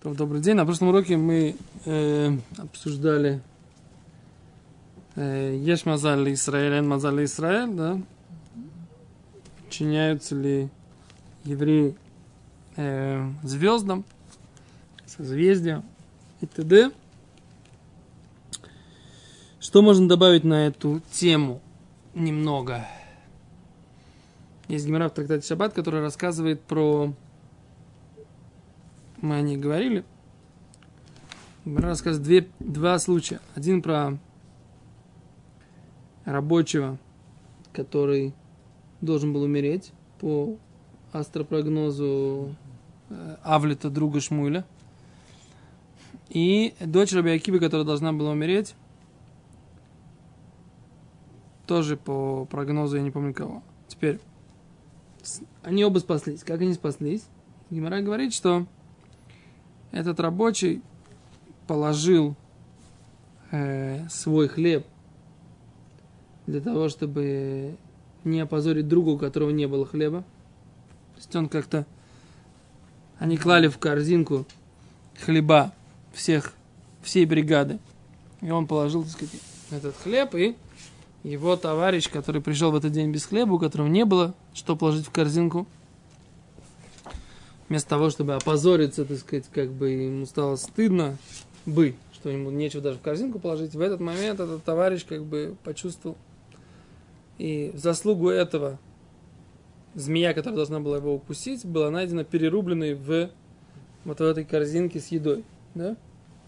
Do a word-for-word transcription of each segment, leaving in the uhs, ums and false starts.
Добрый день. На прошлом уроке мы э, обсуждали э, Еш мазаль Исраэль, эн мазаль Исраэль, да? Подчиняются ли евреи э, звездам, созвездиям и т.д. Что можно добавить на эту тему немного? Есть гемара в трактате Шаббат, который рассказывает про... Мы о ней говорили. Гемара рассказывает две, два случая. Один про рабочего, который должен был умереть по астропрогнозу Авлета, друга Шмуэля. И дочь Раби Акивы, которая должна была умереть, тоже по прогнозу, я не помню кого. Теперь, они оба спаслись. Как они спаслись? Гемара говорит, что этот рабочий положил э, свой хлеб для того, чтобы не опозорить друга, у которого не было хлеба. То есть он как-то... Они клали в корзинку хлеба всех, всей бригады. И он положил, так сказать, этот хлеб, и его товарищ, который пришел в этот день без хлеба, у которого не было что положить в корзинку, вместо того, чтобы опозориться, так сказать, как бы ему стало стыдно бы, что ему нечего даже в корзинку положить, в этот момент этот товарищ как бы почувствовал. И в заслугу этого змея, которая должна была его укусить, была найдена перерубленной в вот в этой корзинке с едой. Да?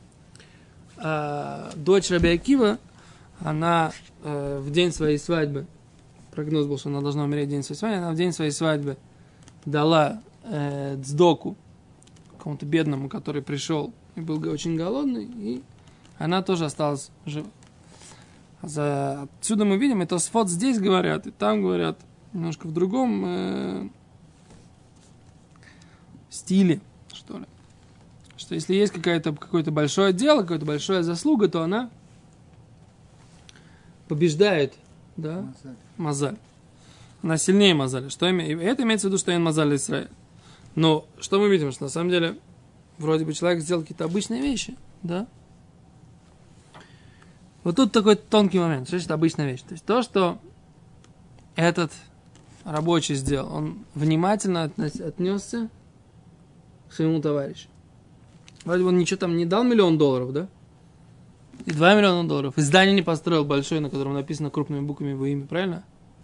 А дочь Раби Акива, она э, в день своей свадьбы, прогноз был, что она должна умереть в день своей свадьбы, она в день своей свадьбы дала э, цдоку какому-то бедному, который пришел и был очень голодный, и она тоже осталась жива. За... Отсюда мы видим, это сфот здесь говорят, и там говорят, немножко в другом э, стиле, что ли. Что если есть какое-то, какое-то большое дело, какая-то большая заслуга, то она побеждает, да, Мазаль. Мазаль. Она сильнее Мазаля. Что име... Это имеется в виду, что он Мазаль Исраэль. Но что мы видим, что на самом деле вроде бы человек сделал какие-то обычные вещи, да? Вот тут такой тонкий момент. Что значит обычная вещь? То есть то, что этот рабочий сделал, он внимательно отнесся к своему товарищу. Вроде бы он ничего там не дал миллион долларов, да? И два миллиона долларов. И здание не построил большое, на котором написано крупными буквами его имя, правильно?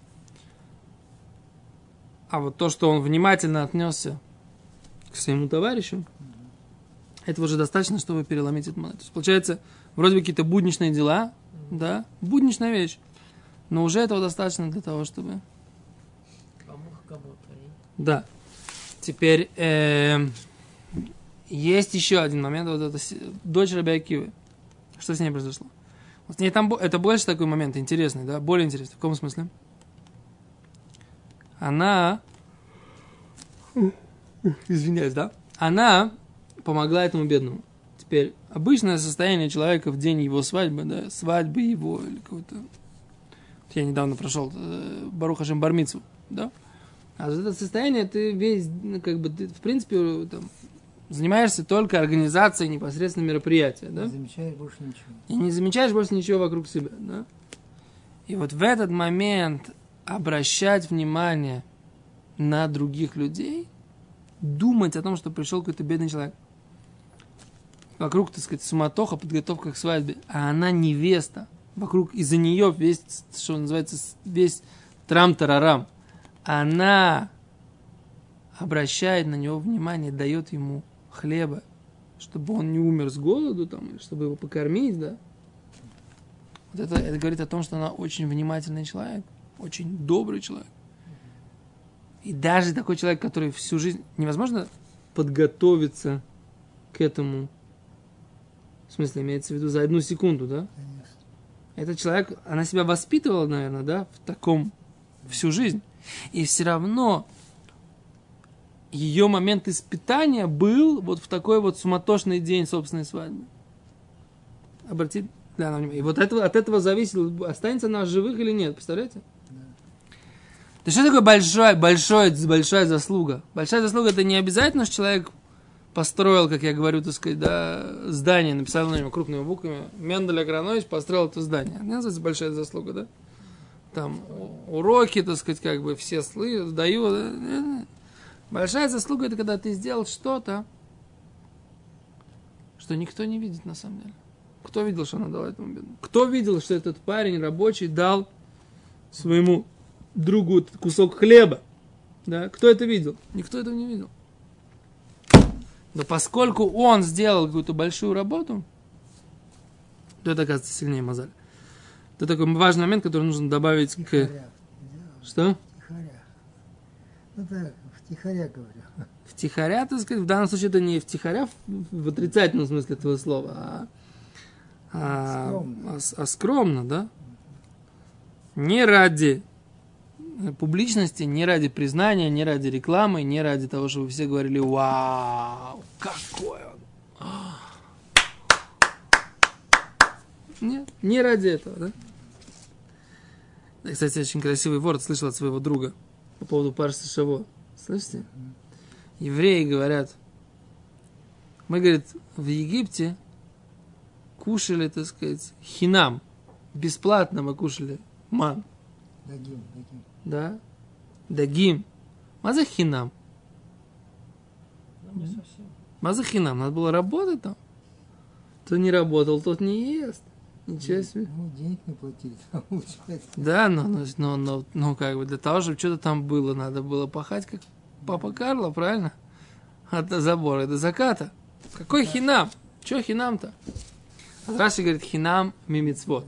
А вот то, что он внимательно отнесся к своему товарищу, этого уже достаточно, чтобы переломить этот монет. То есть, получается, вроде бы какие-то будничные дела, да, будничная вещь, но уже этого достаточно для того, чтобы... Помог кому-то. Да. Теперь э, есть еще один момент. Вот это дочь Раби Акивы. Что с ней произошло? Вот с ней там, это больше такой момент интересный, да, более интересный. В каком смысле? Она... Извиняюсь, да? Она помогла этому бедному. Теперь, обычное состояние человека в день его свадьбы, да, свадьбы его, или какой-то... Я недавно прошел э, Барух Ашем бар мицву, да? А за это состояние ты весь, ну, как бы, ты, в принципе, там, занимаешься только организацией непосредственно мероприятия, да? Не замечаешь больше ничего. И не замечаешь больше ничего вокруг себя, да? И вот в этот момент обращать внимание на других людей, думать о том, что пришел какой-то бедный человек. Вокруг, так сказать, суматоха, подготовка к свадьбе, а она невеста. Вокруг, из-за нее весь, что называется, весь трам-тарарам. Она обращает на него внимание, дает ему хлеба, чтобы он не умер с голоду, там, чтобы его покормить, да. Вот это, это говорит о том, что она очень внимательный человек, очень добрый человек. И даже такой человек, который всю жизнь... Невозможно подготовиться к этому. В смысле, имеется в виду за одну секунду, да? Конечно. Этот человек, она себя воспитывала, наверное, да, в таком всю жизнь. И все равно ее момент испытания был вот в такой вот суматошный день собственной свадьбы. Обратите да, на внимание. И вот этого, от этого зависит, останется она в живых или нет. Представляете? То есть, что такое большая, большая, большая заслуга? Большая заслуга – это не обязательно, что человек построил, как я говорю, так сказать, да, здание, написал на нем крупными буквами. Мендель Агранович построил это здание. Это называется большая заслуга, да? Там уроки, так сказать, как бы все слышат, даю. Да? Большая заслуга — это когда ты сделал что-то, что никто не видит на самом деле. Кто видел, что она дала этому бедному? Кто видел, что этот парень рабочий дал своему другу кусок хлеба? Да? Кто это видел? Никто этого не видел. Но поскольку он сделал какую-то большую работу, то это, оказывается, сильнее мозаль. Это такой важный момент, который нужно добавить Втихаря. к... Что? Втихаря. Ну так, втихаря говорю. Втихаря, так сказать, в данном случае это не втихаря в, в отрицательном смысле этого слова, а, а, скромно. а, а скромно, да? Не ради публичности, не ради признания, не ради рекламы, не ради того, чтобы все говорили: вау, какой он. Нет, не ради этого, да? Я, кстати, очень красивый ворд слышал от своего друга по поводу Парши Шаво. Слышите? Евреи говорят: мы, говорит, в Египте кушали, так сказать, хинам. Бесплатно мы кушали ман. Дагим, дагим. Да? Дагим. Маза хинам. Ну, не совсем. Маза хинам. Надо было работать там. Кто не работал, тот не ест. Ничего себе. Ну, денег не платили, получается. Да, но, но, но, но, но как бы для того, чтобы что-то там было, надо было пахать, как папа Карло, правильно? От забора до заката. Какой хинам? Че хинам-то? Раши говорит: хинам мимицвот.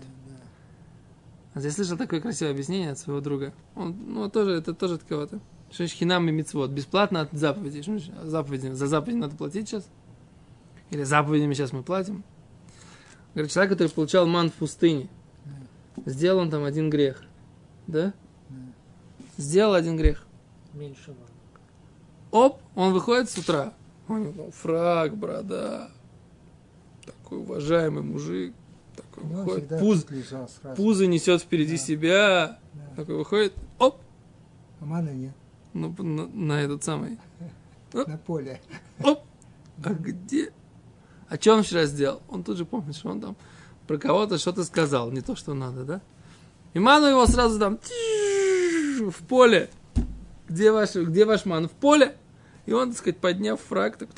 А я слышал такое красивое объяснение от своего друга. Он, ну, тоже, это тоже от кого-то. Что значит хинам мимицвот? Бесплатно от заповедей. Что значит? Заповеди, за заповеди надо платить сейчас? Или заповедями сейчас мы платим? Говорит, человек, который получал ман в пустыне, сделал он там один грех. Да? Сделал один грех. Меньше мало. Оп, он выходит с утра. У него фрак, борода. Такой уважаемый мужик. Такой У него выходит. всегда Пуз, тут лежал сразу. пузо несет впереди Да. себя. Да. Такой выходит. Оп. А маны нет. Ну, на, на этот самый. Оп. На поле. Оп. А где? А что он вчера сделал? Он тут же помнит, что он там про кого-то что-то сказал. Не то, что надо, да? И ману его сразу там в поле. Где ваш, где ваш ман? В поле. И он, так сказать, подняв фраг, так,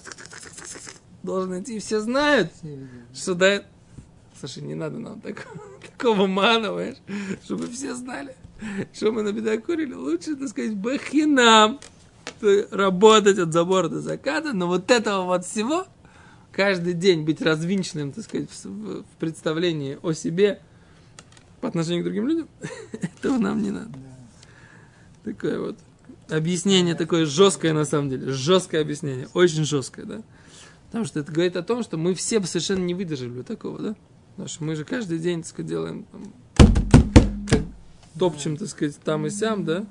должен идти. И все знают, Все видели. что да... Слушай, не надо нам такого, такого мана, понимаешь? Чтобы все знали, что мы на бедокурили. Лучше, так сказать, бахинам. Работать от забора до заката. Но вот этого вот всего, каждый день быть развинченным, так сказать, в, в представлении о себе по отношению к другим людям, этого нам не надо. Да. Такое вот объяснение такое жесткое, на самом деле. Жесткое объяснение. Очень жесткое, да. Потому что это говорит о том, что мы все бы совершенно не выдержали бы такого, да. Потому что мы же каждый день, так сказать, делаем там, как топчем, так сказать, там и сям, да.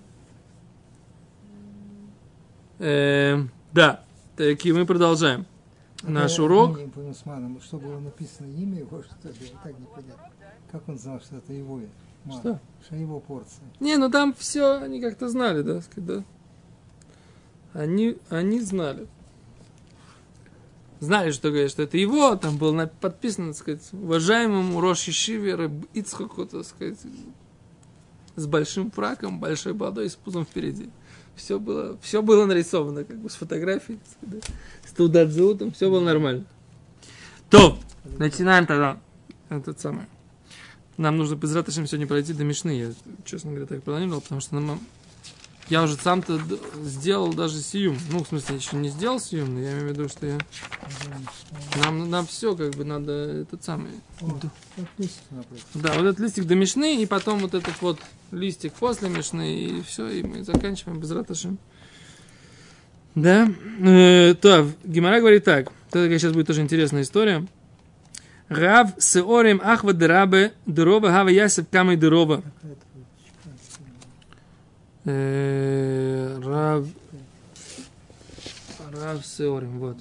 Э, да. Так, и мы продолжаем наш А урок. Я не понял с маном, что было написано имя его, что ли, так непонятно. Как он знал, что это его ман? Что? Что его порция. Не, ну там все, они как-то знали, да, сказать, да. Они, они знали. Знали, что, говорят, что это его, там было на- подписано, так сказать, уважаемому Рош Ешиве Реб Ицхаку, так сказать, с большим фраком, большой бородой и с пузом впереди. Все было, все было нарисовано, как бы с фотографией, так сказать, да, с тудадзеутом, все было нормально. То, начинаем тогда этот самый. Нам нужно без раташем сегодня пройти до Мишны. Я, честно говоря, так планировал, потому что нам, я уже сам-то д- сделал даже сиюм. Ну, в смысле, я еще не сделал сиюм, но я имею в виду, что я... Нам, нам все, как бы, надо этот самый... О, вот листик напротив. Да, вот этот листик до Мишны, и потом вот этот вот листик после Мишны, и все, и мы заканчиваем без раташем. Да? Э, то, Гемара говорит так. Это сейчас будет тоже интересная история. Рав сеорим ахва дерабе дерова хава ясев камой дерова. Какая-то вот, Э, Рав Рав сеорим, вот.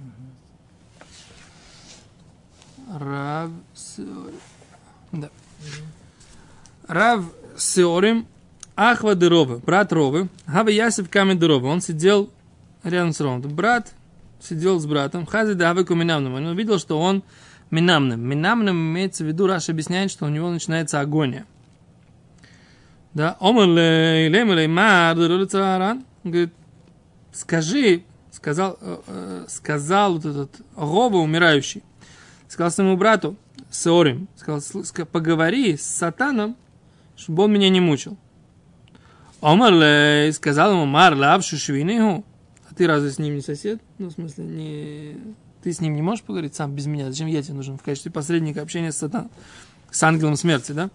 Рав сеорим. Да. Рав сеорим ахва дерова, брат Ровы, хава ясев камой дерова. Он сидел рядом с Ровом. Брат сидел с братом, хази давыку минамным, он увидел, что он минамным. Минамным имеется в виду, Раш объясняет, что у него начинается агония. Да, омалей, лемалей, мар, дурулицаран. Говорит, скажи, сказал, э, сказал вот этот Рова умирающий, сказал своему брату, Сеорим, сказал, поговори с сатаном, чтобы он меня не мучил. Омалей, сказал ему, мар, лавшу швиниху. А ты разве с ним не сосед? Ну, в смысле, не... ты с ним не можешь поговорить сам без меня? Зачем я тебе нужен в качестве посредника общения с сатаном? С ангелом смерти, да?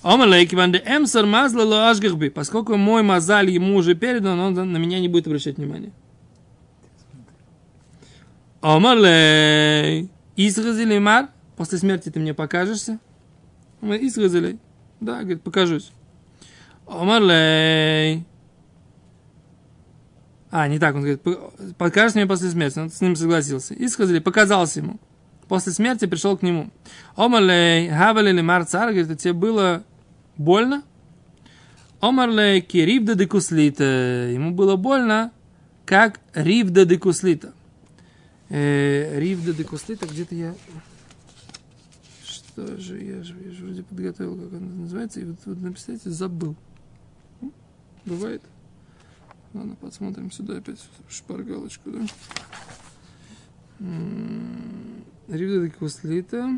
Поскольку мой мазаль ему уже передан, он на меня не будет обращать внимания. Омалей, Исразили мар, после смерти ты мне покажешься? Исразили, да, говорит, покажусь. Омалей. А, не так, он говорит, покажешь мне после смерти, он с ним согласился. Исразили, показался ему. После смерти пришел к нему. Омарлей, хавалили мар цар, говорит, тебе было больно? Омарлей, ки ривда де куслита. Ему было больно, как ривда де куслита. Э, ривда де куслита, где-то я... Что же, я же, я же вроде подготовил, как она называется, и вот, вот написайте, забыл. Бывает? Ладно, посмотрим сюда опять шпаргалочку, да? Ривда де куслита.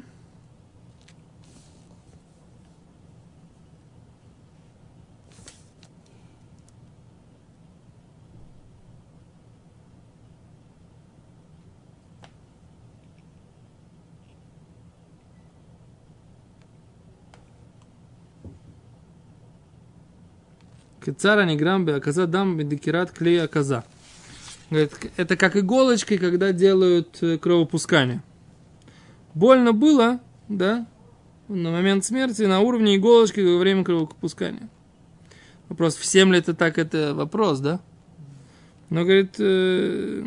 Кецара не грамбе, аказа дам бедекират клея аказа. Это как иголочкой, когда делают кровопускание. Больно было, да, на момент смерти на уровне иголочки во время кровопускания. Вопрос, всем ли это так, это вопрос, да? Но, говорит, э...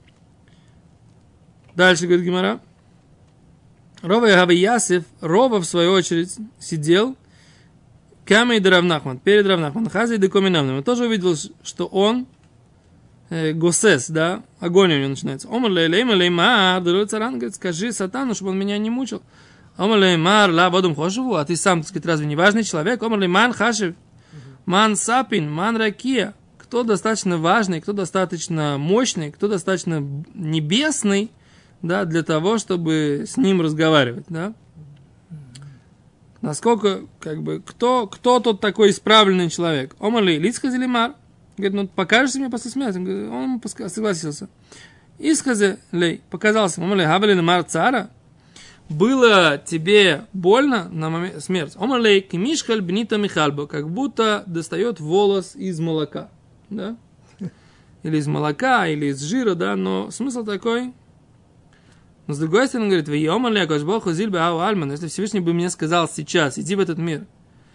дальше, говорит Гемара. Рова Ягави Ясев, Рова, в свою очередь, сидел Камей де Равнахман, перед Равнахман, Хази де Коминамным. Он тоже увидел, что он э, госес, да, огонь у него начинается. Омар лейлейма леймар, дорогой царан, говорит, скажи сатану, чтобы он меня не мучил. Омар леймар, ла водум хошеву, а ты сам, так сказать, разве не важный человек? Омар лейман хашев, ман сапин, ман ракия. Кто достаточно важный, кто достаточно мощный, кто достаточно небесный, да, для того, чтобы с ним разговаривать, да. Насколько, как бы, кто, кто тот такой исправленный человек? Омали, лицхази лимар. Говорит, ну покажешься мне после смерти? Он, говорит, он согласился. Исхази лей, показался. Омали, хавали лимар цара. Было тебе больно на момент смерти? Омали, кимишхаль бнита михальбо. Как будто достает волос из молока. Да? Или из молока, или из жира, да? Но смысл такой... Но с другой стороны, говорит, если Всевышний бы мне сказал сейчас, иди в этот мир,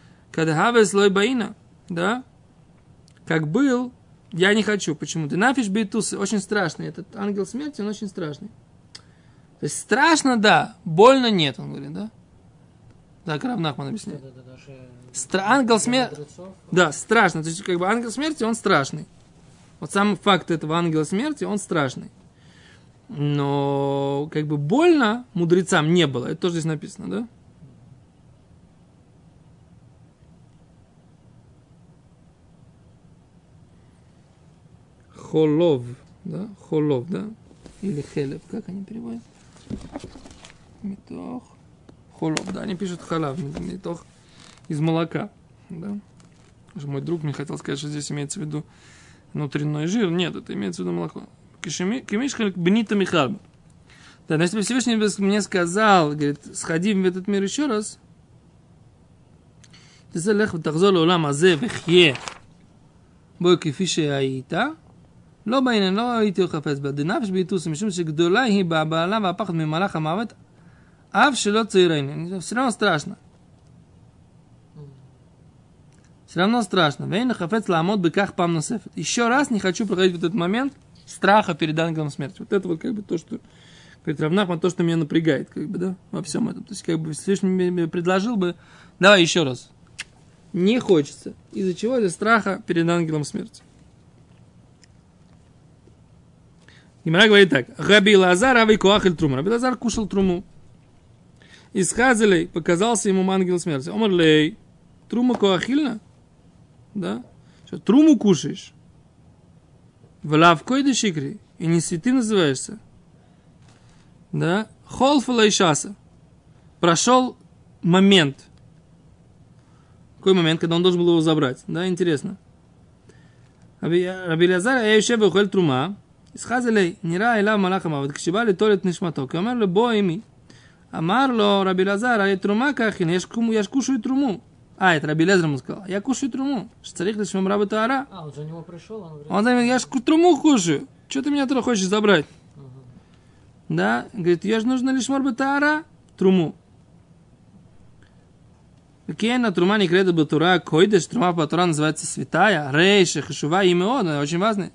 да, как был, я не хочу. Почему? Ты нафиш бейтус, очень страшный. Этот ангел смерти, он очень страшный. То есть страшно, да, больно нет, он говорит, да? Так, Рав Нахман объясняет. Стра- ангел смерти, да, страшно. То есть, как бы ангел смерти, он страшный. Вот сам факт этого ангела смерти, он страшный. Но как бы больно мудрецам не было. Это тоже здесь написано, да? Холов, да? Холов, да? Или хелев, как они переводят? Митох. Холов, да, они пишут халав, митох из молока, да? Мой друг мне хотел сказать, что здесь имеется в виду внутренний жир. Нет, это имеется в виду молоко. Кемишхаль бнита михальба. Да, но если бы Всевышний мне сказал, говорит, сходи в этот мир еще раз, ты залех втахзор леолам азе вехье бой кефи שהיית, לא בעניין, לא הייתי חפץ בה. דנפש ביתוס, משום שגדולה היא בעלה והפחד ממלאך המוות, אף שלא צעירני. Все равно страшно. Все равно страшно. ואין חפץ לעמוד בכך פעם נוספת. Еще раз не хочу проходить в этот момент страха перед ангелом смерти. Вот это вот как бы то, что говорит Рав Нахман, то, что меня напрягает, как бы, да, во всем этом. То есть, как бы, Всевышний мне предложил бы, давай еще раз. Не хочется. Из-за чего? Из-за страха перед ангелом смерти. Гимара говорит так. Раби Лазар ави коахель трума. Раби Лазар кушал труму. Из Хазелей показался ему ангел смерти. Омарлей, трума коахильна? Да? Что, труму кушаешь? В лавкой да шикри. И не святым называешься. Да? Холфала и шаса. Прошел момент. Какой момент, когда он должен был его забрать? Да, интересно. Раби Лазар, я еще бы ухоль трума. Из Хазелей, нира ила малахама. Вот кшибали толит нишматок. Омар ле бо ими. Амар ло Раби Лазар, а трума кахин. Я ж кушаю труму. А, это Раби Лезер ему сказал. Я кушаю труму. Шцарих лишмам раба таара. А, он за него пришел? Он, он говорит, я ж труму кушаю. Что ты меня туда хочешь забрать? Угу. Да? Говорит, я же нужно лишь раба таара. Труму. Кена трума не креда батура. Койдеш трума по Тура называется святая. Рейша, хешува, имя он. Очень важно.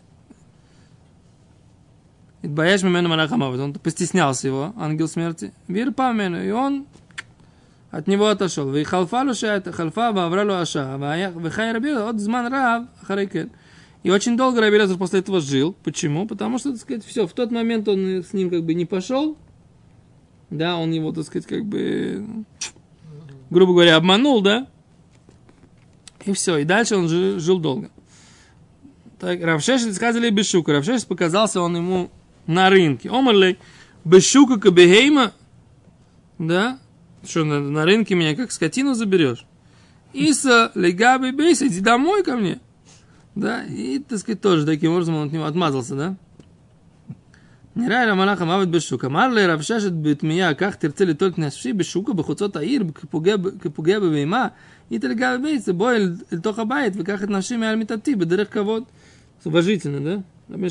Боясь мимену малахамавит. Он постеснялся его, ангел смерти. Вир памену. И он от него отошел. И халфалу шаэта, халфа, вавралу аша. Вихай Раби от зман рав, харайкен. И очень долго Раби Лезер после этого жил. Почему? Потому что, так сказать, все, в тот момент он с ним как бы не пошел. Да, он его, так сказать, как бы, грубо говоря, обманул, да? И все. И дальше он жил, жил долго. Так, Равшешет сказали Бешука. Равшешет показался он ему на рынке. Омарлей, Бешука кабехейма, да? Что, на, на рынке меня как скотину заберешь? Иса, легаби бейс, иди домой ко мне. Да, и, так сказать, тоже таким образом он от него отмазался, да? Не райла малаха мавит Бешука. Марлей Равшешет битмия, как терцели только наши Бешука, бахуцот аир, капуге бейма, и легаби бейс, бой эль тоха байт, веках от наши мяль митати, бедерех кавод. Уважительно, да?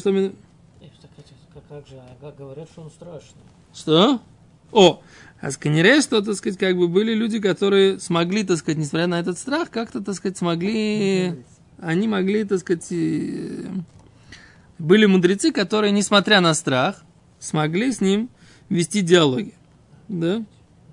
Как же, говорят, что он страшный. Что? О, а сканере, что, так сказать, как бы были люди, которые смогли, так сказать, несмотря на этот страх, как-то, так сказать, смогли, они могли, так сказать, были мудрецы, которые, несмотря на страх, смогли с ним вести диалоги. Да?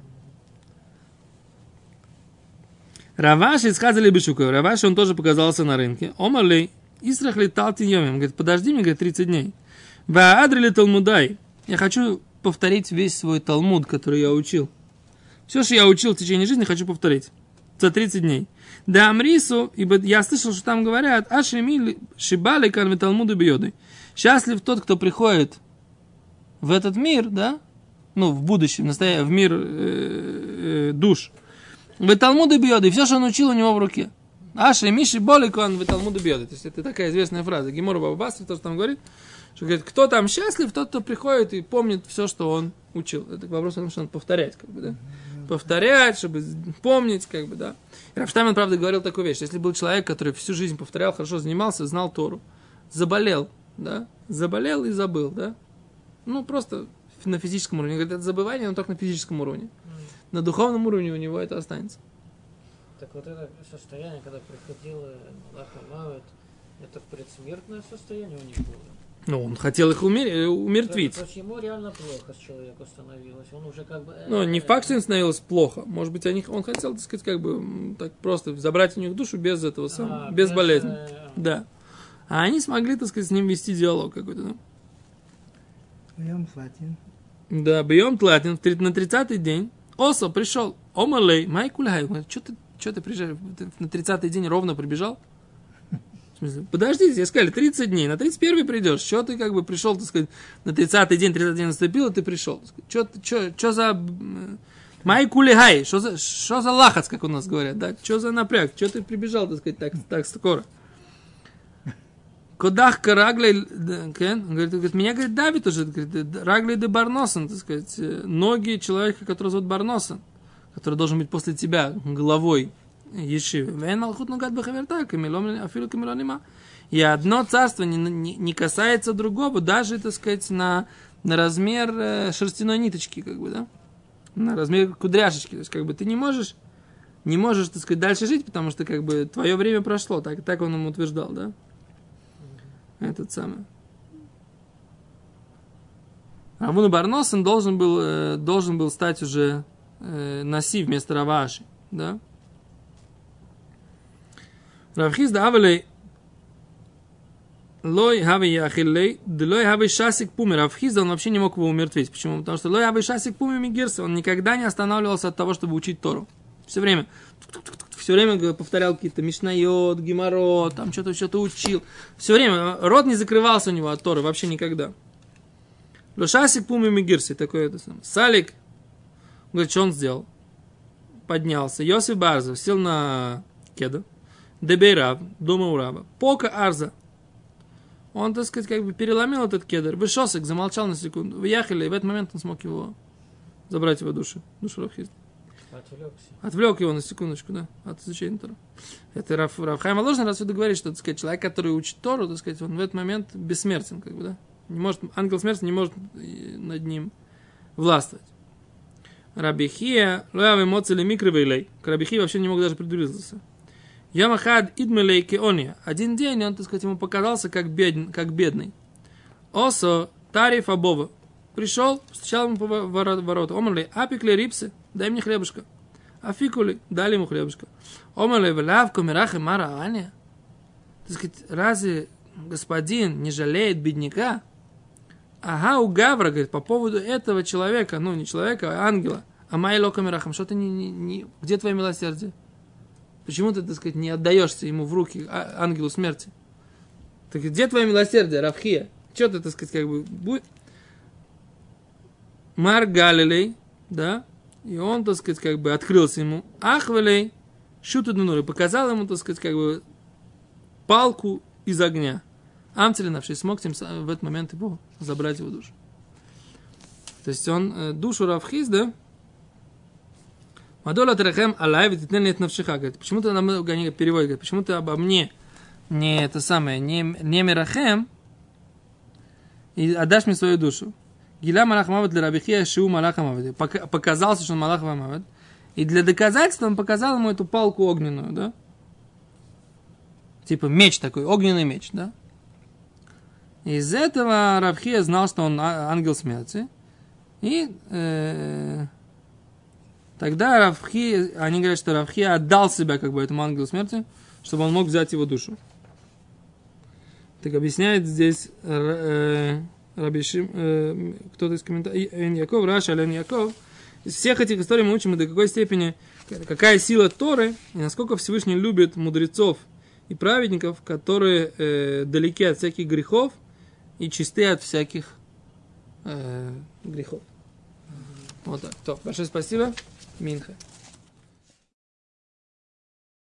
Раваши сказали Бешука. Раваши, он тоже показался на рынке. Омарлей, Исрахли Талтин Йомим. Говорит, подожди мне, говорит, тридцать дней. Ваадрили Талмудай. Я хочу повторить весь свой Талмуд, который я учил. Все, что я учил в течение жизни, хочу повторить. За тридцать дней. Да Амрису, ибо я слышал, что там говорят, Ашеми Шибали Карми Талмуду Бьёды. Счастлив тот, кто приходит в этот мир, да? Ну, в будущем, настоящий, в мир э, э, душ. В Талмуду Бьёды. И все, что он учил, у него в руке. Ашеми Шибали Карми Талмуду Бьёды. То есть это такая известная фраза. Гемора Баба Басра тоже там говорит. Что говорит, кто там счастлив, тот, кто приходит и помнит все, что он учил. Это вопрос о том, что надо повторять, как бы, да? Повторять, чтобы помнить, как бы, да. И Рав Штайнман, правда, говорил такую вещь. Если был человек, который всю жизнь повторял, хорошо занимался, знал Тору, заболел, да, заболел и забыл, да. Ну, просто на физическом уровне. Говорит, это забывание, но только на физическом уровне. На духовном уровне у него это останется. Так вот это состояние, когда приходил Малах Мавит, это предсмертное состояние у них было? Ну, он хотел их умер... умертвить. То есть ему реально плохо с человеком становилось. Он уже как бы... Ну, не факт, что им становилось плохо. Может быть, они... он хотел, так сказать, как бы так просто забрать у них душу без этого самого, а, без, без болезни. Э... Да. А они смогли, так сказать, с ним вести диалог какой-то, да? Бьем Тлатин. Да, бьем Тлатин. На тридцатый день Осо пришел. Омалей, Майкульхай. Что ты, что ты приезжаешь? Ты на тридцатый день ровно прибежал? Подождите, я сказали, тридцать дней, на тридцать первый придешь. Что ты как бы пришел, так сказать, на тридцатый день, тридцатый день наступил, и ты пришел. Что за... Майкулихай, что за, что за лахац, как у нас говорят, да? Что за напряг? Что ты прибежал, так сказать, так, так скоро? Кодах раглей, говорит, меня, говорит, давит уже, говорит, раглей де Барносен, так сказать, ноги человека, который зовут Барносен, который должен быть после тебя головой Ешивы. И одно царство не, не, не касается другого, даже, так сказать, на, на размер э, шерстяной ниточки, как бы, да? На размер кудряшечки. То есть, как бы, ты не можешь, не можешь, так сказать, дальше жить, потому что, как бы, твое время прошло. Так, так он ему утверждал, да? Этот самый. Равуна Барносен должен был, э, должен был стать уже э, Наси вместо Раваши, да? Равхизда Авалей Лой хави яхиллей, лой хави шасик пуми. Равхизда, он вообще не мог его умертвить. Почему? Потому что лой хави шасик пуми мигирса, он никогда не останавливался от того, чтобы учить Тору. Все время, все время повторял какие-то мишнайот, геморрот, там что-то, что-то учил. Все время, рот не закрывался у него от Торы, вообще никогда. Лой шасик пуми мигирса, такой это самое. Салик, говорит, что он сделал? Поднялся. Йосиф Барзов сел на кеда. Дебейрав, дома у раба. Пока арза. Он, так сказать, как бы переломил этот кедр. Вышосик, замолчал на секунду. Выехали, и в этот момент он смог его забрать его душу. Душу Равхизда. Отвлекся. Отвлек его на секундочку, да, от изучения Торы. Это Рав, Рав Хаим Воложный раз сюда говорит, что, так сказать, человек, который учит Тору, так сказать, он в этот момент бессмертен, как бы, да. Не может, ангел смерти не может над ним властвовать. Рабихия, лоявый моцели микровейлей. К Рабихии вообще не мог даже приблизиться. Ямахад идмелей кеония. Один день он, так сказать, ему показался как, бед, как бедный. Осо тариф абова. Пришел, стучал ему по вороту. Омерли, апикли рипсы, дай мне хлебушка. Афикули, дали ему хлебушка. Омерли, влявку мирахи мара аня. Так сказать, разве господин не жалеет бедняка? Ага, у Гавра, говорит, по поводу этого человека, ну, не человека, а ангела. А майло камерахам, что ты не, не, не... Где твое милосердие? Почему ты, так сказать, не отдаешься ему в руки, ангелу смерти? Так где твое милосердие, Равхия? Что ты, так сказать, как бы будет? Мар Галилей, да? И он, так сказать, как бы открылся ему. Ахвелей, шуту дунуры, показал ему, так сказать, как бы палку из огня. Амцелинавший смог тем самым в этот момент его забрать его душу. То есть он душу Равхизда. Мадола Терехем Алай Вититнелет Навшиха. Говорит, почему ты нам переводит? Говорит, почему ты обо мне не это самое, не, не Мирахем и отдашь мне свою душу? Гиля Малах Мавет для Рабихия Шиу Малаха Мавет. Показался, что он Малах Мавет. И для доказательства он показал ему эту палку огненную, да? Типа меч такой, огненный меч, да? Из этого Равхия знал, что он ангел смерти. И э, тогда Равхия, они говорят, что Равхия отдал себя как бы этому ангелу смерти, чтобы он мог взять его душу. Так объясняет здесь э, Рабишим, э, кто-то из комментариев, Эн Яков, Раша, Ален Яков. Из всех этих историй мы учим, до какой степени, какая сила Торы, и насколько Всевышний любит мудрецов и праведников, которые э, далеки от всяких грехов и чисты от всяких э, грехов. Вот так. То, большое спасибо. Минха.